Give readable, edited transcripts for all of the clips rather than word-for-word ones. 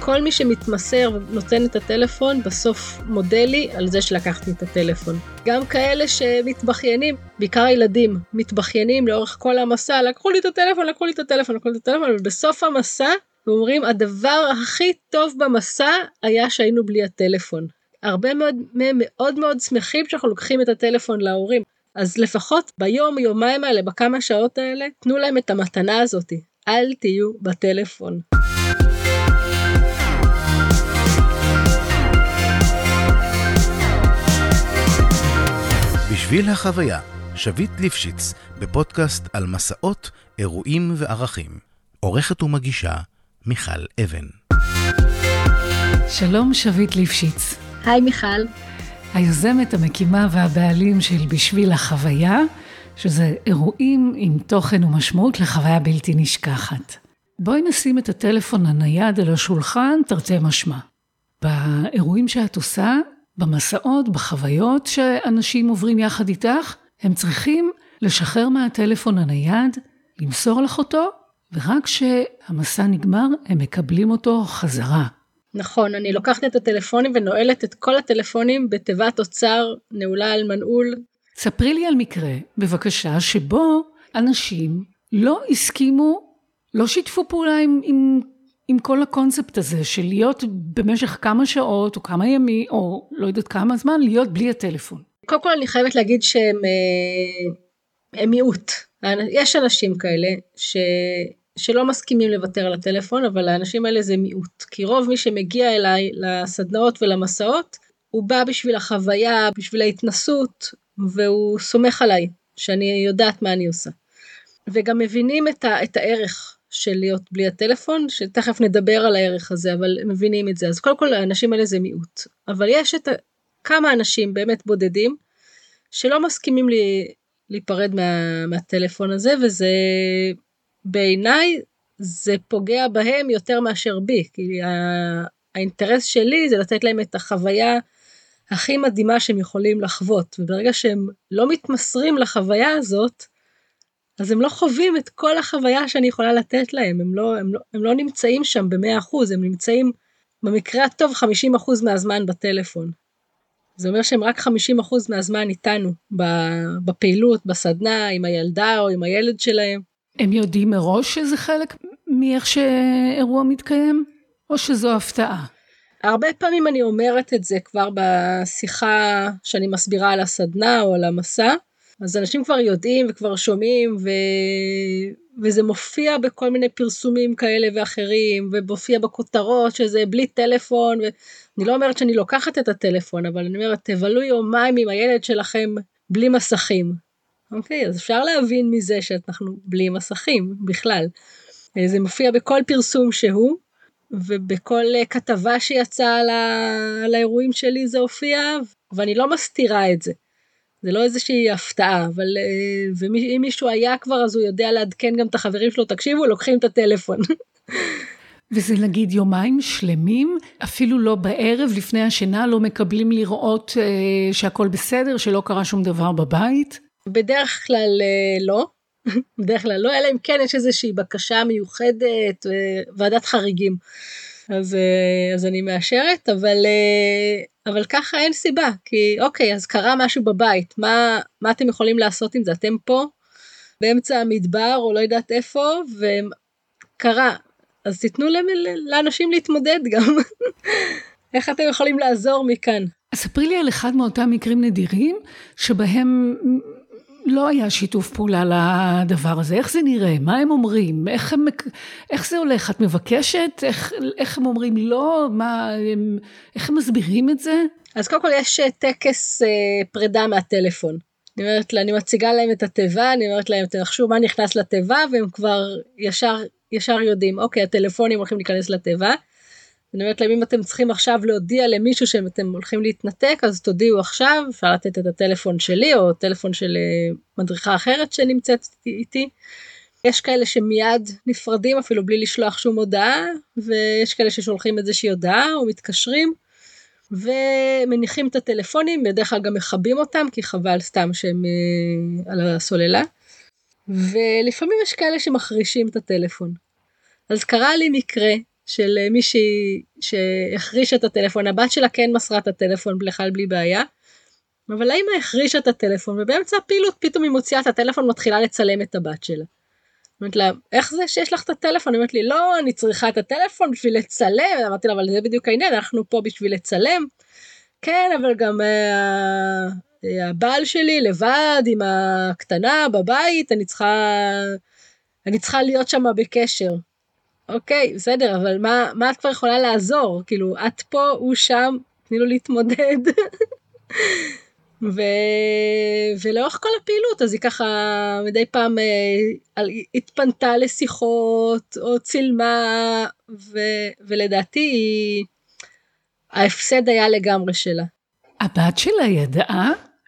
כל מי שמתמסר ונותן את הטלפון, בסוף מודלי על זה שלקחתי את הטלפון. גם כאלה שמתבחיינים, בעיקר הילדים, מתבחיינים לאורך כל המסע, לקחו לי את הטלפון, ובסוף המסע, ואומרים, הדבר הכי טוב במסע היה שהיינו בלי הטלפון. הרבה מאוד מהם מאוד מאוד שמחים שאנחנו לוקחים את הטלפון להורים. אז לפחות ביום, יומיים האלה, בכמה שעות האלה, תנו להם את המתנה הזאת. אל תהיו בטלפון. בשביל החוויה, שביט ליפשיץ, בפודקאסט על מסעות, אירועים וערכים. עורכת ומגישה, מיכל אבן. שלום, שביט ליפשיץ. היי מיכל. היוזמת, המקימה והבעלים של בשביל החוויה, שזה אירועים עם תוכן ומשמעות לחוויה בלתי נשכחת. בואי נשים את הטלפון הנייד על השולחן, תרתי משמע. באירועים שאת עושה, במסעות, בחוויות שאנשים עוברים יחד איתך, הם צריכים לשחרר מהטלפון הנייד, למסור לך אותו, ורק כשהמסע נגמר, הם מקבלים אותו חזרה. נכון, אני לוקחת את הטלפונים ונועלת את כל הטלפונים בתיבת אוצר, נעולה על מנעול. ספרי לי על מקרה, בבקשה, שבו אנשים לא הסכימו, לא שיתפו פעולה עם כל הקונספט הזה, של להיות במשך כמה שעות, או כמה ימים, או לא יודעת כמה זמן, להיות בלי הטלפון. קודם כל אני חייבת להגיד שהם מיעוט. יש אנשים כאלה שלא מסכימים לוותר על הטלפון, אבל האנשים האלה זה מיעוט. כי רוב מי שמגיע אליי לסדנאות ולמסעות, הוא בא בשביל החוויה, בשביל ההתנסות, והוא סומך עליי, שאני יודעת מה אני עושה. וגם מבינים את הערך של להיות בלי הטלפון, שתכף נדבר על הערך הזה, אבל מבינים את זה. אז קודם כל האנשים האלה זה מיעוט. אבל יש כמה אנשים באמת בודדים, שלא מסכימים להיפרד מהטלפון הזה, וזה בעיניי, זה פוגע בהם יותר מאשר בי, כי האינטרס שלי זה לתת להם את החוויה הכי מדהימה שהם יכולים לחוות, וברגע שהם לא מתמסרים לחוויה הזאת, אז הם לא חווים את כל החוויה שאני יכולה לתת להם, הם לא נמצאים שם ב100%, הם נמצאים במקרה הטוב 50% מהזמן בטלפון. זה אומר שהם רק 50% מהזמן איתנו, בפעילות, בסדנה, עם הילדה או עם הילד שלהם. הם יודעים מראש שזה חלק מאיך שאירוע מתקיים, או שזו הפתעה? הרבה פעמים אני אומרת את זה כבר בשיחה שאני מסבירה על הסדנה או על המסע, אז אנשים כבר יודעים וכבר שומעים, וזה מופיע בכל מיני פרסומים כאלה ואחרים, ומופיע בכותרות שזה בלי טלפון, ואני לא אומרת שאני לוקחת את הטלפון, אבל אני אומרת, תבלו יומיים עם הילד שלכם בלי מסכים. אוקיי, אז אפשר להבין מזה שאנחנו בלי מסכים בכלל. זה מופיע בכל פרסום שהוא, ובכל כתבה שיצאה על האירועים שלי זה הופיע, ואני לא מסתירה את זה. זה לא איזושהי הפתעה, אבל אם מישהו היה כבר, אז הוא יודע לעדכן גם את החברים שלו, תקשיבו, לוקחים את הטלפון. וזה נגיד יומיים שלמים, אפילו לא בערב, לפני השינה, לא מקבלים לראות שהכל בסדר, שלא קרה שום דבר בבית? בדרך כלל לא. בדרך כלל לא, אלא אם כן יש איזושהי בקשה מיוחדת, ועדת חריגים. אז אני מאשרת, אבל ככה אין סיבה, כי אוקיי, אז קרה משהו בבית, מה אתם יכולים לעשות עם זה? אתם פה, באמצע המדבר, או לא יודעת איפה, וקרה, אז תיתנו לאנשים להתמודד גם. איך אתם יכולים לעזור מכאן? ספרי לי על אחד מאותם מקרים נדירים, שבהם לא היה שיתוף פעולה לדבר הזה. איך זה נראה? מה הם אומרים? איך זה הולך? את מבקשת? איך הם אומרים לא? איך הם מסבירים את זה? אז קודם כל יש טקס פרידה מהטלפון. אני מציגה להם את התיבה, אני אומרת להם, תנחשו מה נכנס לתיבה, והם כבר ישר יודעים, אוקיי, הטלפונים הולכים להיכנס לתיבה. אני אומרת להם, אם אתם צריכים עכשיו להודיע למישהו שאתם הולכים להתנתק, אז תודיעו עכשיו, אפשר לתת את הטלפון שלי, או טלפון של מדריכה אחרת שנמצאת איתי. יש כאלה שמיד נפרדים, אפילו בלי לשלוח שום הודעה, ויש כאלה ששולחים איזושהי הודעה, או מתקשרים, ומניחים את הטלפונים, בדרך כלל גם מחבים אותם, כי חבל סתם שהם על הסוללה. ולפעמים יש כאלה שמחרישים את הטלפון. אז קרה לי מקרה, של מישהי שהחרישה את הטלפון, הבת שלה כן מסרה את הטלפון בכלל בלי בעיה, אבל האמא החרישה את הטלפון, ובאמצע הפעילות פתאום היא מוציאה את הטלפון, מתחילה לצלם את הבת שלה. אמרתי לה, איך זה שיש לך את הטלפון? אמרתי לי, לא, אני צריכה את הטלפון בשביל לצלם. אמרתי לה, אבל זה בדיוק העניין, אנחנו פה בשביל לצלם. כן, אבל גם הבעל שלי לבד עם הקטנה בבית, אני צריכה להיות שם בקשר. אוקיי, בסדר, אבל מה את כבר יכולה לעזור? כאילו, את פה, הוא שם, תני לו להתמודד. ולאורך כל הפעילות, אז היא ככה מדי פעם התפנתה לשיחות, או צילמה, ולדעתי ההפסד היה לגמרי שלה. הבת שלה ידעה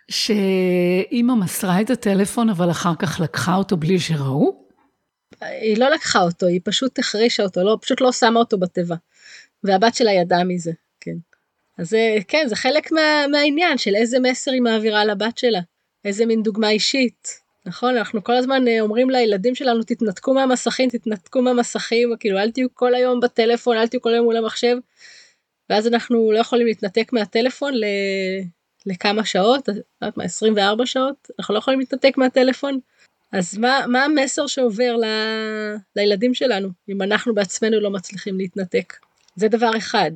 שאמא מסרה את הטלפון, אבל אחר כך לקחה אותו בלי שראו? היא לא לקחה אותו, היא פשוט החרישה אותו, פשוט לא שמה אותו בטבע. והבת שלה ידעה מזה, כן. אז כן, זה חלק מהעניין של איזה מסר היא מעבירה לבת שלה, איזה מין דוגמה אישית, נכון? אנחנו כל הזמן אומרים לילדים שלנו, תתנתקו מהמסכים, כאילו אל תהיו כל היום בטלפון, אל תהיו כל היום מול המחשב, ואז אנחנו לא יכולים להתנתק מהטלפון לכמה שעות, 24 שעות, אנחנו לא יכולים להתנתק מהטלפון, אז מה המסר שעובר לילדים שלנו, אם אנחנו בעצמנו לא מצליחים להתנתק? זה דבר אחד.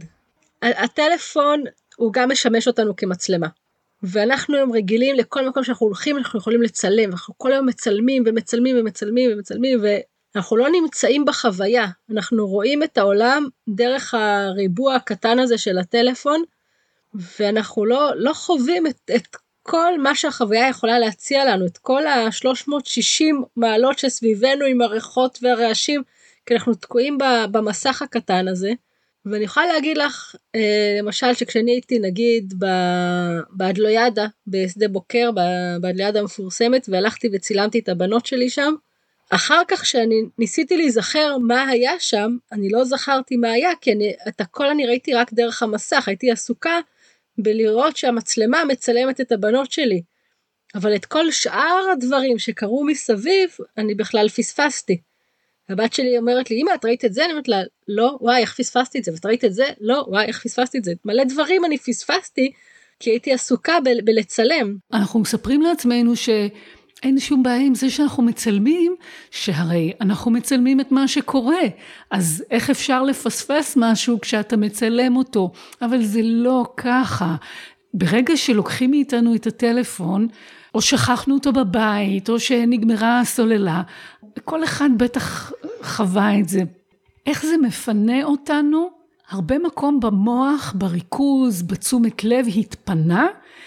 הטלפון הוא גם משמש אותנו כמצלמה, ואנחנו היום רגילים לכל מקום שאנחנו הולכים, אנחנו יכולים לצלם, אנחנו כל היום מצלמים ומצלמים ומצלמים ומצלמים, ואנחנו לא נמצאים בחוויה, אנחנו רואים את העולם דרך הריבוע הקטן הזה של הטלפון, ואנחנו לא חווים את כל מה שהחוויה יכולה להציע לנו, את כל ה-360 מעלות שסביבנו עם הריחות והרעשים, כי אנחנו תקועים במסך הקטן הזה, ואני יכולה להגיד לך, למשל, שכשאני הייתי נגיד באדלוידה, בשדה בוקר, באדלוידה המפורסמת, והלכתי וצילמתי את הבנות שלי שם, אחר כך שאני ניסיתי להיזכר מה היה שם, אני לא זכרתי מה היה, כי את הכל אני ראיתי רק דרך המסך, הייתי עסוקה בלראות שהמצלמה מצלמת את הבנות שלי, אבל את כל שאר הדברים שקרו מסביב, אני בכלל פספסתי. הבת שלי אומרת לי, אמא, את ראית את זה? אני אומרת לה, לא, וואי, איך פספסתי את זה? ואת ראית את זה? לא, וואי, איך פספסתי את זה? מלא דברים אני פספסתי, כי הייתי עסוקה בלצלם. אנחנו מספרים לעצמנו שאין שום בעיה עם זה שאנחנו מצלמים, שהרי אנחנו מצלמים את מה שקורה, אז איך אפשר לפספס משהו כשאתה מצלם אותו? אבל זה לא ככה. ברגע שלוקחים מאיתנו את הטלפון, או שכחנו אותו בבית, או שנגמרה הסוללה, כל אחד בטח חווה את זה. איך זה מפנה אותנו? הרבה מקום במוח, בריכוז, בתשומת לב התפנה,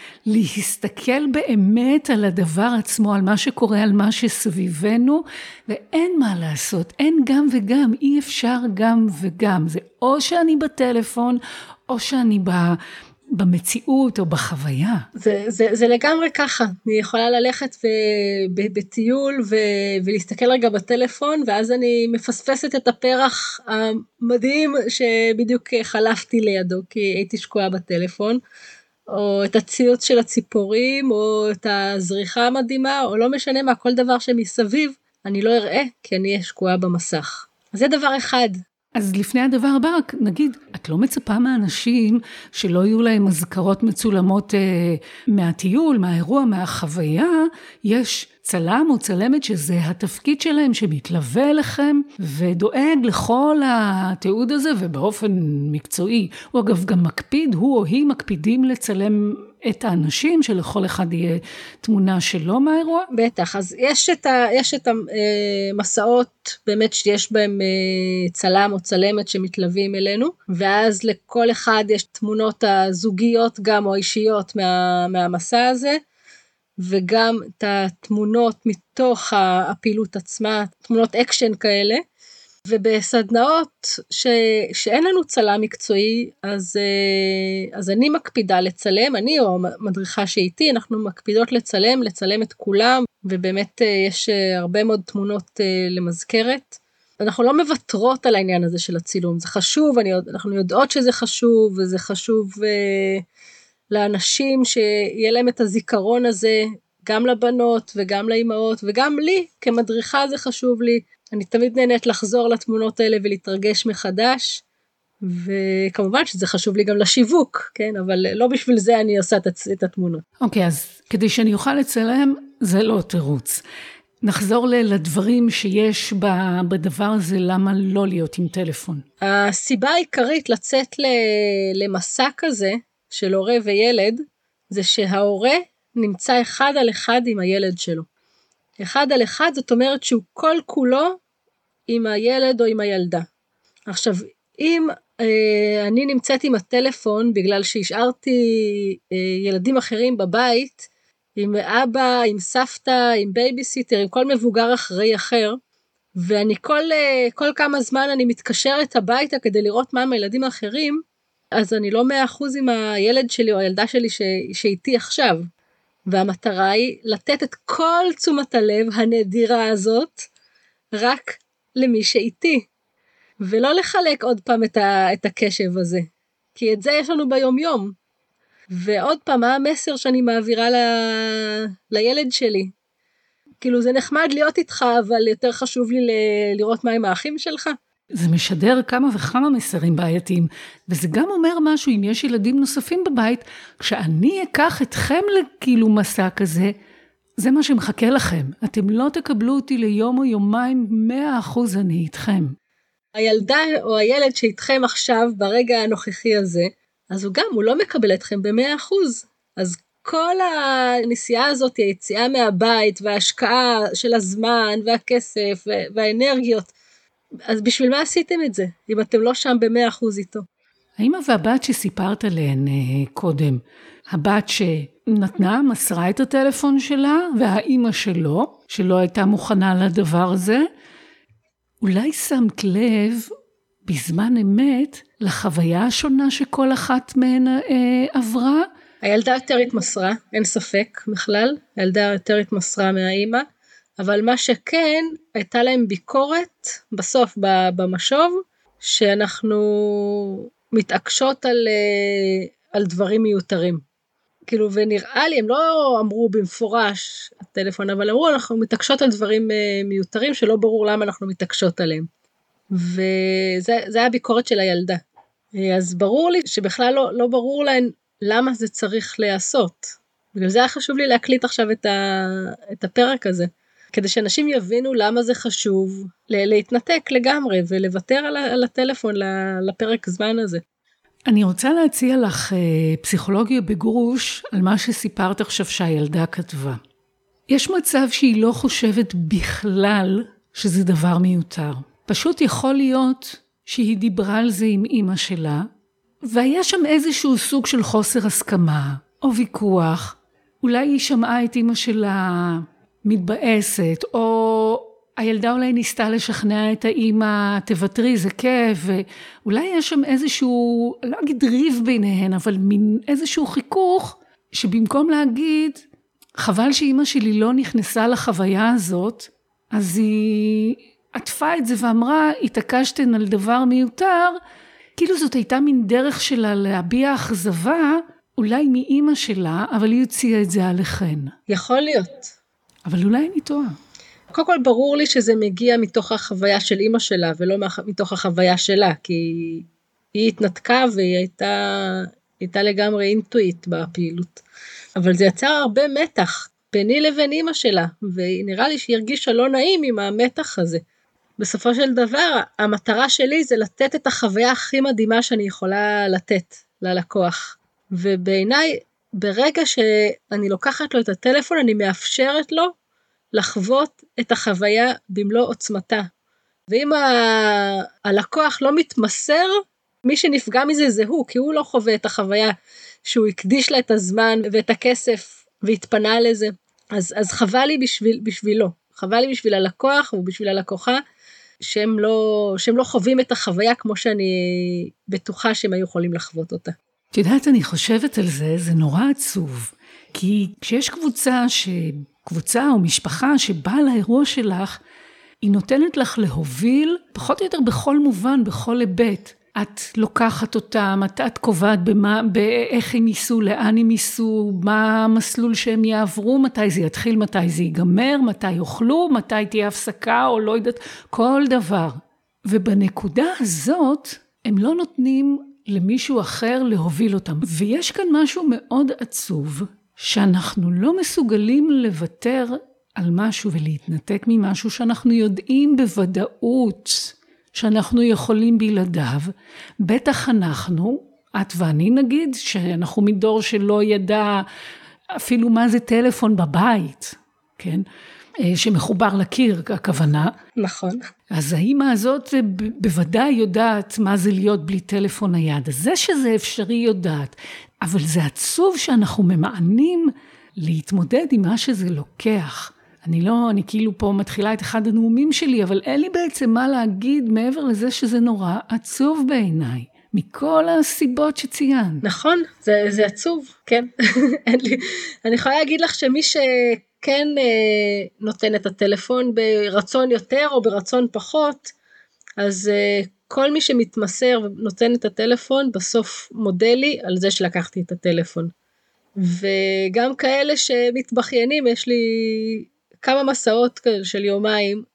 להסתכל באמת על הדבר עצמו, על מה שקורה, על מה שסביבנו, ואין מה לעשות, אין גם וגם, אי אפשר גם וגם. זה או שאני בטלפון, או שאני במציאות או בחוויה. זה לגמרי ככה, אני יכולה ללכת בטיול ולהסתכל רגע בטלפון, ואז אני מפספסת את הפרח המדהים שבדיוק חלפתי לידו, כי הייתי שקועה בטלפון, או את הציוץ של הציפורים, או את הזריחה המדהימה, או לא משנה מה, כל דבר שמסביב, אני לא אראה, כי אני אהיה שקועה במסך. זה דבר אחד. אז לפני הדבר הבא, נגיד, את לא מצפה מאנשים שלא יהיו להם הזכרות מצולמות מהטיול, מהאירוע, מהחוויה, יש צלם או צלמת שזה התפקיד שלהם שמתלווה אליכם ודואג לכל התיעוד הזה ובאופן מקצועי. הוא אגב גם מקפיד, הוא או היא מקפידים לצלם את האנשים שלכל אחד יהיה תמונה שלו מהאירוע? בטח, אז יש את המסעות באמת שיש בהם צלם או צלמת שמתלווים אלינו, ואז לכל אחד יש תמונות הזוגיות גם או אישיות מהמסע הזה, וגם את התמונות מתוך הפעילות עצמה, תמונות אקשן כאלה, ובסדנאות שאין לנו צלם מקצועי, אז אני מקפידה לצלם, אני או מדריכה שאיתי, אנחנו מקפידות לצלם את כולם, ובאמת יש הרבה מאוד תמונות למזכרת. אנחנו לא מוותרות על העניין הזה של הצילום, זה חשוב, אנחנו יודעות שזה חשוב, וזה חשוב לאנשים שיהיה להם את הזיכרון הזה, גם לבנות וגם לאימהות, וגם לי כמדריכה זה חשוב לי, אני תמיד נהנית לחזור לתמונות האלה ולהתרגש מחדש, וכמובן שזה חשוב לי גם לשיווק, כן? אבל לא בשביל זה אני עושה את התמונות. אוקיי, אז כדי שאני אוכל לצלם, זה לא תירוץ. נחזור לדברים שיש בדבר הזה, למה לא להיות עם טלפון. הסיבה העיקרית לצאת למסע כזה, של הורה וילד, זה שההורה נמצא אחד על אחד עם הילד שלו. אחד על אחד, זאת אומרת שהוא כל כולו עם הילד או עם הילדה. עכשיו, אם אני נמצאת עם הטלפון, בגלל שהשארתי ילדים אחרים בבית, עם אבא, עם סבתא, עם בייביסיטר, עם כל מבוגר אחראי אחר, ואני כל כמה זמן אני מתקשרת הביתה כדי לראות מה עם הילדים האחרים, אז אני לא 100% עם הילד שלי או הילדה שלי שאיתי עכשיו. והמטרה היא לתת את כל תשומת הלב הנדירה הזאת רק למי שאיתי. ולא לחלק עוד פעם את הקשב הזה. כי את זה יש לנו ביום יום. ועוד פעם, מה המסר שאני מעבירה לילד שלי? כאילו זה נחמד להיות איתך, אבל יותר חשוב לי לראות מה עם האחים שלך. זה משדר כמה וכמה מסרים בעייתיים, וזה גם אומר משהו, אם יש ילדים נוספים בבית, כשאני אקח אתכם לכאילו מסע כזה, זה מה שמחכה לכם. אתם לא תקבלו אותי ליום או יומיים, 100% אני איתכם. הילדה או הילד שאיתכם עכשיו, ברגע הנוכחי הזה, אז הוא לא מקבל אתכם ב100%. אז כל הנסיעה הזאת, היציאה מהבית, וההשקעה של הזמן, והכסף, והאנרגיות, אז בשביל מה עשיתם את זה, אם אתם לא שם ב100% איתו? האמא והבת שסיפרת עליהן קודם, הבת שנתנה, מסרה את הטלפון שלה, והאמא שלא הייתה מוכנה לדבר הזה, אולי שמת לב בזמן אמת לחוויה השונה שכל אחת מהן עברה? הילדה יותר התמסרה, אין ספק בכלל, הילדה יותר התמסרה מהאמא, אבל מה שכן, הייתה להם ביקורת בסוף במשוב, שאנחנו מתעקשות על דברים מיותרים. כאילו, ונראה לי, הם לא אמרו במפורש הטלפון, אבל אמרו, אנחנו מתעקשות על דברים מיותרים, שלא ברור למה אנחנו מתעקשות עליהם. וזה היה הביקורת של הילדה. אז ברור לי שבכלל לא ברור להן למה זה צריך לעשות. בגלל זה היה חשוב לי להקליט עכשיו את הפרק הזה. כדי שאנשים יבינו למה זה חשוב להתנתק לגמרי ולוותר על הטלפון לפרק זמן הזה. אני רוצה להציע לך פסיכולוגיה בגרוש על מה שסיפרת עכשיו שהילדה כתבה. יש מצב שהיא לא חושבת בכלל שזה דבר מיותר. פשוט יכול להיות שהיא דיברה על זה עם אמא שלה, והיה שם איזשהו סוג של חוסר הסכמה או ויכוח. אולי היא שמעה את אמא שלה מתבאסת, או הילדה אולי ניסתה לשכנע את האמא, תוותרי, זה כיף, ואולי יש שם איזשהו, לא אגיד ריב ביניהן, אבל מין איזשהו חיכוך, שבמקום להגיד, חבל שאמא שלי לא נכנסה לחוויה הזאת, אז היא עטפה את זה ואמרה, התעקשתן על דבר מיותר, כאילו זאת הייתה מין דרך שלה להביע אכזבה, אולי מאמא שלה, אבל היא הוציאה את זה עליכן. יכול להיות. אבל אולי אני טועה. קודם כל ברור לי שזה מגיע מתוך החוויה של אמא שלה, ולא מתוך החוויה שלה, כי היא התנתקה והיא הייתה לגמרי אינטואיט בפעילות. אבל זה יצר הרבה מתח ביני לבין אמא שלה, ונראה לי שהיא הרגישה לא נעים עם המתח הזה. בסופו של דבר, המטרה שלי זה לתת את החוויה הכי מדהימה שאני יכולה לתת ללקוח. ובעיניי, ברגע שאני לוקחת לו את הטלפון, אני מאפשרת לו לחוות את החוויה במלוא עוצמתה. ואם הלקוח לא מתמסר, מי שנפגע מזה זה הוא, כי הוא לא חווה את החוויה שהוא הקדיש לה את הזמן ואת הכסף והתפנה לזה. אז חבל לי בשבילו, חבל לי בשביל הלקוח ובשביל הלקוחה, שהם לא חווים את החוויה כמו שאני בטוחה שהם היו יכולים לחוות אותה. את יודעת, אני חושבת על זה, זה נורא עצוב, כי כשיש קבוצה או משפחה שבאה לאירוע שלך, היא נותנת לך להוביל, פחות או יותר בכל מובן, בכל היבט. את לוקחת אותם, את קובעת באיך הם ייסעו, לאן הם ייסעו, מה המסלול שהם יעברו, מתי זה יתחיל, מתי זה ייגמר, מתי יאכלו, מתי תהיה הפסקה או לא יודעת, כל דבר. ובנקודה הזאת הם לא נותנים למישהו אחר להוביל אותם. ויש כאן משהו מאוד עצוב, שאנחנו לא מסוגלים לוותר על משהו ולהתנתק ממשהו שאנחנו יודעים בוודאות שאנחנו יכולים בלעדיו. בטח אנחנו, את ואני נגיד, שאנחנו מדור שלא ידע אפילו מה זה טלפון בבית, כן? שמחובר לקיר, הכוונה. נכון. אז האמא הזאת בוודאי יודעת מה זה להיות בלי טלפון נייד. אז זה שזה אפשרי יודעת. אבל זה עצוב שאנחנו ממענים להתמודד עם מה שזה לוקח. אני כאילו פה מתחילה את אחד הנאומים שלי, אבל אין לי בעצם מה להגיד מעבר לזה שזה נורא עצוב בעיניי. מכל הסיבות שציינת. נכון, זה עצוב, כן. אני יכולה להגיד לך שמי שכן נותן את הטלפון ברצון יותר או ברצון פחות, אז כל מי שמתמסר ונותן את הטלפון, בסוף מודה לי על זה שלקחתי את הטלפון. וגם כאלה שמתבחיינים, יש לי כמה מסעות של יומיים,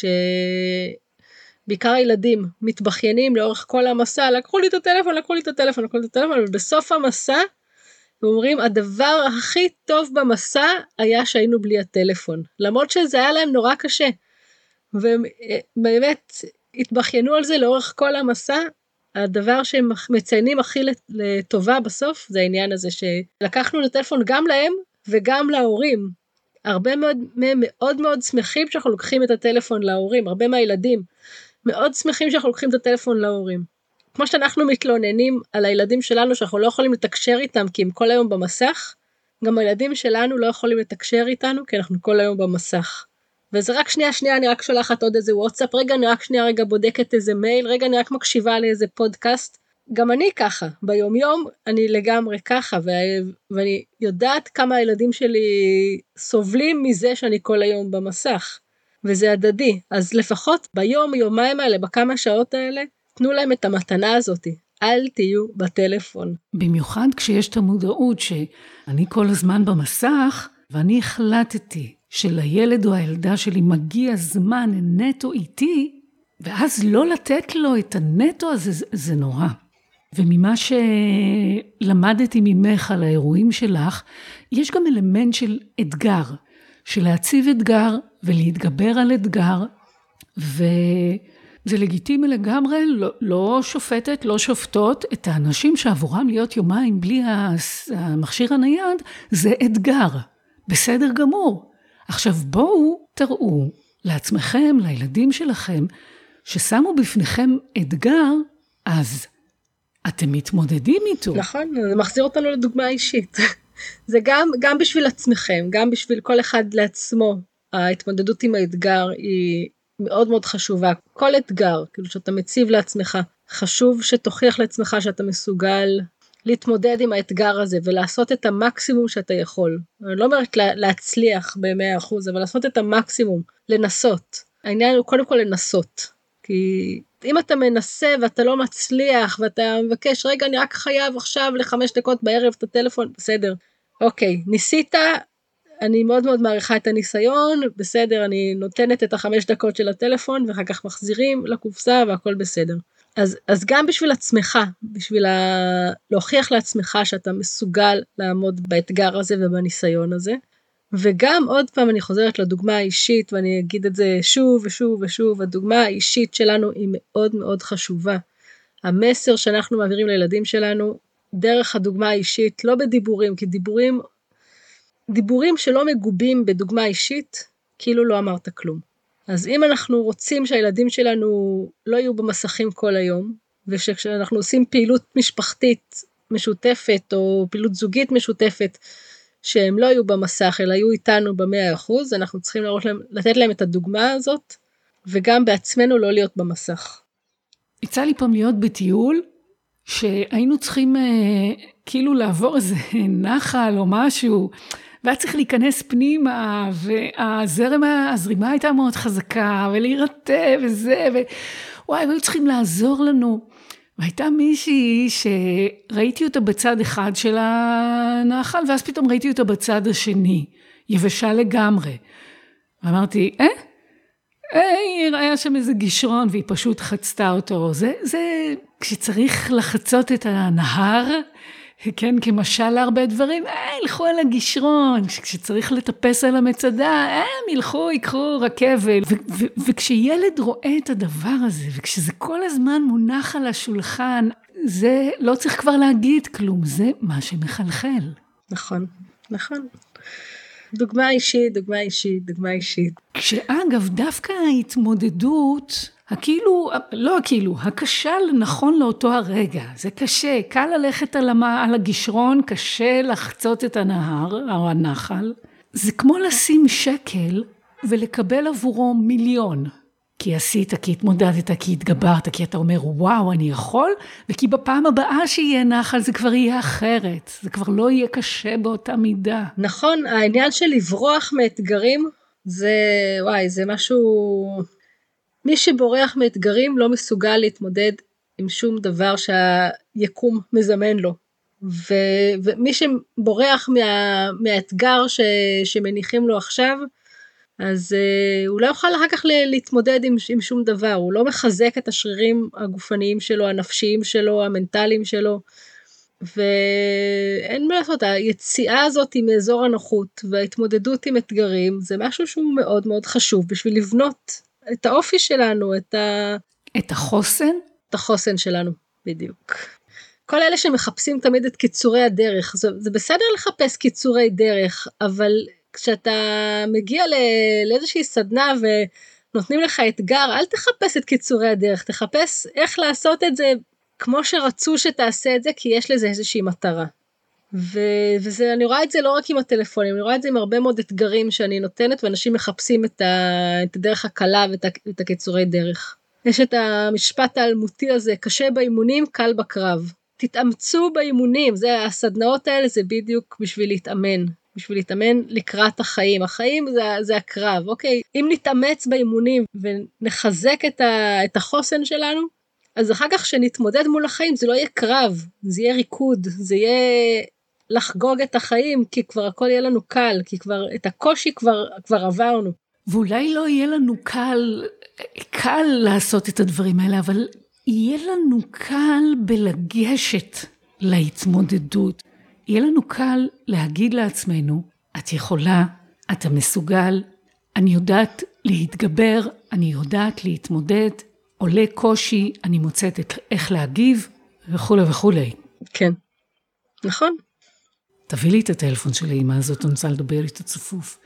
בעיקר הילדים מתבחיינים לאורך כל המסע, לקחו לי את הטלפון, ובסוף המסע, ואומרים, הדבר הכי טוב במסע, היה שהיינו בלי הטלפון, למרות שזה היה להם נורא קשה, ובאמת התבחיינו על זה לאורך כל המסע, הדבר שהם מציינים הכי לטובה בסוף, זה העניין הזה שלקחנו לטלפון גם להם, וגם להורים, הרבה מאוד מהם מאוד מאוד שמחים שאנחנו לוקחים את הטלפון להורים, הרבה מהילדים מאוד שמחים שאנחנו לוקחים את הטלפון להורים. כמו שאנחנו מתלוננים על הילדים שלנו שאנחנו לא יכולים לתקשר איתם כי הם כל היום במסך, גם הילדים שלנו לא יכולים לתקשר איתנו כי אנחנו כל היום במסך. וזה רק שנייה, אני רק שולחת עוד איזה וואטסאפ, אני רק שנייה בודקת איזה מייל, אני רק מקשיבה לאיזה פודקאסט. גם אני ככה, ביום יום אני לגמרי ככה, ואני יודעת כמה הילדים שלי סובלים מזה שאני כל היום במסך, וזה הדדי. אז לפחות ביום, יומיים האלה, בכמה שעות האלה, תנו להם את המתנה הזאת, אל תהיו בטלפון. במיוחד כשיש את המודעות שאני כל הזמן במסך, ואני החלטתי שלילד או הילדה שלי מגיע זמן נטו איתי, ואז לא לתת לו את הנטו הזה, זה נורא. וממה שלמדתי ממך על האירועים שלך, יש גם אלמנט של אתגר, של להציב אתגר ולהתגבר על אתגר, וזה לגיטימי לגמרי, לא שופטת, לא שופטות, את האנשים שעבורם להיות יומיים בלי המכשיר הנייד, זה אתגר, בסדר גמור. עכשיו בואו תראו לעצמכם, לילדים שלכם, ששמו בפניכם אתגר, אז אתם מתמודדים איתו. נכון, זה מחזיר אותנו לדוגמה אישית. זה גם בשביל עצמכם, גם בשביל כל אחד לעצמו, ההתמודדות עם האתגר היא מאוד מאוד חשובה. כל אתגר, כאילו שאתה מציב לעצמך, חשוב שתוכיח לעצמך שאתה מסוגל להתמודד עם האתגר הזה, ולעשות את המקסימום שאתה יכול. אני לא אומרת להצליח ב100%, אבל לעשות את המקסימום, לנסות. העניין הוא קודם כל לנסות. כי אם אתה מנסה ואתה לא מצליח, ואתה מבקש, רגע, אני רק חייב עכשיו ל5 דקות בערב את הטלפון, בסדר. אוקיי, ניסית, אני מאוד מאוד מעריכה את הניסיון, בסדר, אני נותנת את 5 דקות של הטלפון, ואחר כך מחזירים לקופסה, והכל בסדר. אז גם בשביל עצמך, בשביל להוכיח לעצמך שאתה מסוגל לעמוד באתגר הזה ובניסיון הזה, וגם עוד פעם אני חוזרת לדוגמה האישית, ואני אגיד את זה שוב ושוב ושוב, הדוגמה האישית שלנו היא מאוד מאוד חשובה. המסר שאנחנו מעבירים לילדים שלנו, דרך הדוגמה האישית, לא בדיבורים, כי דיבורים שלא מגובים בדוגמה אישית, כאילו לא אמרת כלום. אז אם אנחנו רוצים שהילדים שלנו לא יהיו במסכים כל היום, ושכשאנחנו עושים פעילות משפחתית משותפת, או פעילות זוגית משותפת, שהם לא יהיו במסך, אלא יהיו איתנו ב100%, אנחנו צריכים לתת להם את הדוגמה הזאת, וגם בעצמנו לא להיות במסך. יצא לי פעם להיות בטיול, שהיינו צריכים כאילו לעבור איזה נחל או משהו, והיה צריך להיכנס פנימה, והזרימה הייתה מאוד חזקה, ולהירטב וזה, וואי, היו צריכים לעזור לנו. והייתה מישהי שראיתי אותה בצד אחד של הנחל, ואז פתאום ראיתי אותה בצד השני, יבשה לגמרי. ואמרתי, היה שם איזה גישרון, והיא פשוט חצתה אותו. זה כשצריך לחצות את הנהר, כן, כמשל להרבה דברים, ילכו על הגישרון, כשצריך לטפס על המצדה, ילכו, יקחו רכבל, וכשילד רואה את הדבר הזה, וכשזה כל הזמן מונח על השולחן, זה לא צריך כבר להגיד כלום, זה מה שמחלחל. נכון, נכון. דוגמה אישית, דוגמה אישית, דוגמה אישית. כשאגב, דווקא ההתמודדות, הקשה נכון לאותו הרגע, זה קשה, קל ללכת על הגישרון, קשה לחצות את הנהר או הנחל, זה כמו לשים שקל ולקבל עבורו מיליון, כי עשית, כי התמודדת, כי התגברת, כי אתה אומר וואו אני יכול, וכי בפעם הבאה שיהיה נחל זה כבר יהיה אחרת, זה כבר לא יהיה קשה באותה מידה. נכון, העניין של לברוח מאתגרים, זה משהו... מי שבורח מאתגרים לא מסוגל להתמודד עם שום דבר שהיקום מזמן לו. ומי שבורח מהאתגר שמניחים לו עכשיו, אז הוא לא יוכל אחר כך להתמודד עם שום דבר. הוא לא מחזק את השרירים הגופניים שלו, הנפשיים שלו, המנטליים שלו. ואין מה לעשות, היציאה הזאת מאזור הנוחות וההתמודדות עם אתגרים, זה משהו שהוא מאוד מאוד חשוב בשביל לבנות את האופי שלנו, את החוסן? את החוסן שלנו, בדיוק. כל אלה שמחפשים תמיד את קיצורי הדרך, זה בסדר לחפש קיצורי דרך, אבל כשאתה מגיע לאיזושהי סדנה ונותנים לך אתגר, אל תחפש את קיצורי הדרך, תחפש איך לעשות את זה כמו שרצו שתעשה את זה, כי יש לזה איזושהי מטרה. אני רואה את זה לא רק עם הטלפונים, אני רואה את זה עם הרבה מאוד אתגרים שאני נותנת, ואנשים מחפשים את הדרך הקלה ואת הקיצורי דרך. יש את המשפט האלמותי הזה, קשה באימונים, קל בקרב. תתאמצו באימונים, הסדנאות האלה זה בדיוק בשביל להתאמן לקראת החיים. החיים זה הקרב, אוקיי? אם נתאמץ באימונים ונחזק את החוסן שלנו, אז אחר כך שנתמודד מול החיים, זה לא יהיה קרב, זה יהיה ריקוד, זה יהיה לחגוג את החיים, כי כבר הכל יהיה לנו קל, כי כבר את הקושי כבר עברנו. ואולי לא יהיה לנו קל לעשות את הדברים האלה, אבל יהיה לנו קל בלגשת להתמודדות. יהיה לנו קל להגיד לעצמנו, את יכולה, אתה מסוגל, אני יודעת להתגבר, אני יודעת להתמודד, עולה קושי, אני מוצאת איך להגיב, וכו' וכו'. כן, נכון. תביא לי את הטלפון של האמא הזאת, אני רוצה לדבר איתה צפוף.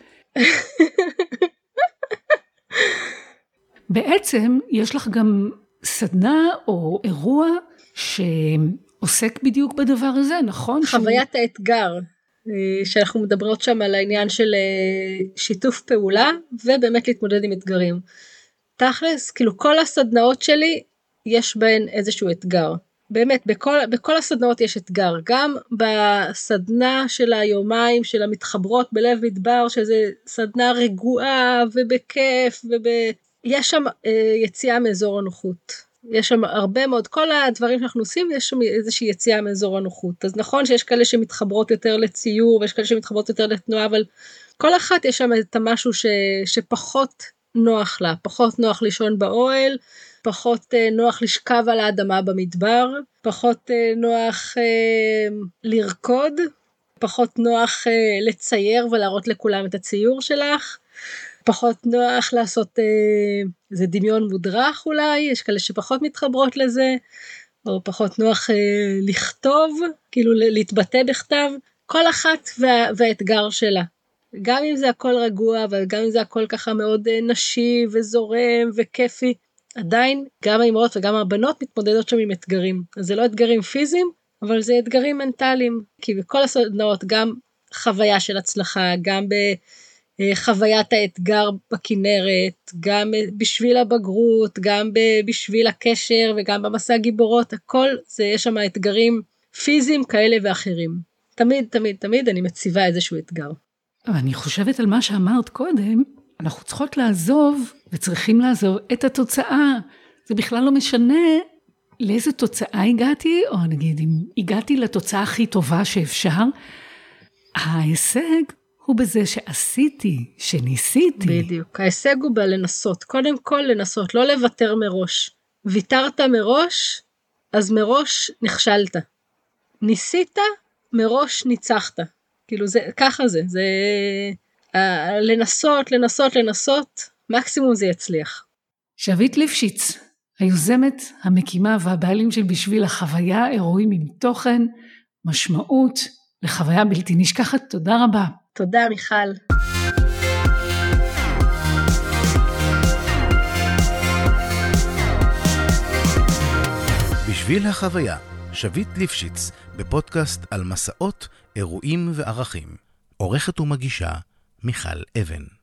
בעצם יש לך גם סדנה או אירוע שעוסק בדיוק בדבר הזה, נכון? חוויית האתגר, שאנחנו מדברות שם על העניין של שיתוף פעולה, ובאמת להתמודד עם אתגרים. תכלס, כאילו כל הסדנאות שלי, יש בהן איזשהו אתגר. באמת, בכל הסדנאות יש אתגר. גם בסדנה של היומיים, של המתחברות בלב מדבר, שזה סדנה רגועה ובכיף, יש שם יציאה מאזור הנוחות. יש שם הרבה מאוד, כל הדברים שאנחנו עושים, יש שם איזושהי יציאה מאזור הנוחות. אז נכון שיש כאלה שמתחברות יותר לציור, ויש כאלה שמתחברות יותר לתנועה, אבל כל אחת יש שם את המשהו שפחות נוח לה, פחות נוח לישון באוהל, פחות נוח לשכב על האדמה במדבר, פחות נוח לרקוד, פחות נוח לצייר ולהראות לכולם את הציור שלך, פחות נוח לעשות איזה דמיון מודרך אולי, יש כאלה שפחות מתחברות לזה, או פחות נוח לכתוב, כאילו להתבטא בכתב, כל אחת והאתגר שלה. גם אם זה הכל רגוע, וגם אם זה הכל ככה מאוד נשי וזורם וכיפי, עדיין גם האמהות וגם הבנות מתמודדות שם עם אתגרים. אז זה לא אתגרים פיזיים, אבל זה אתגרים מנטליים, כי בכל הסדנאות גם חוויה של הצלחה, גם בחוויית האתגר בכנרת, גם בשביל הבגרות, גם בשביל הקשר וגם במסע גיבורות, הכל זה יש שם אתגרים פיזיים כאלה ואחרים. תמיד, תמיד, תמיד אני מציבה איזשהו אתגר. אני חושבת על מה שאמרת קודם, אנחנו צריכות לעזוב וצריכים לעזוב את התוצאה. זה בכלל לא משנה לאיזה תוצאה הגעתי, או נגיד, אם הגעתי לתוצאה הכי טובה שאפשר, ההישג הוא בזה שעשיתי, שניסיתי. בדיוק, ההישג הוא בלנסות, קודם כל לנסות, לא לוותר מראש. ויתרת מראש, אז מראש נכשלת. ניסית, מראש ניצחת. כאילו זה, ככה זה, לנסות, מקסימום זה יצליח. שביט ליפשיץ, היוזמת, המקימה והבעלים של בשביל החוויה, אירועים עם תוכן, משמעות, לחוויה בלתי נשכחת. תודה רבה. תודה מיכל. בשביל החוויה, שביט ליפשיץ, בפודקאסט על מסעות, אירועים וערכים. עורכת ומגישה, מיכל אבן.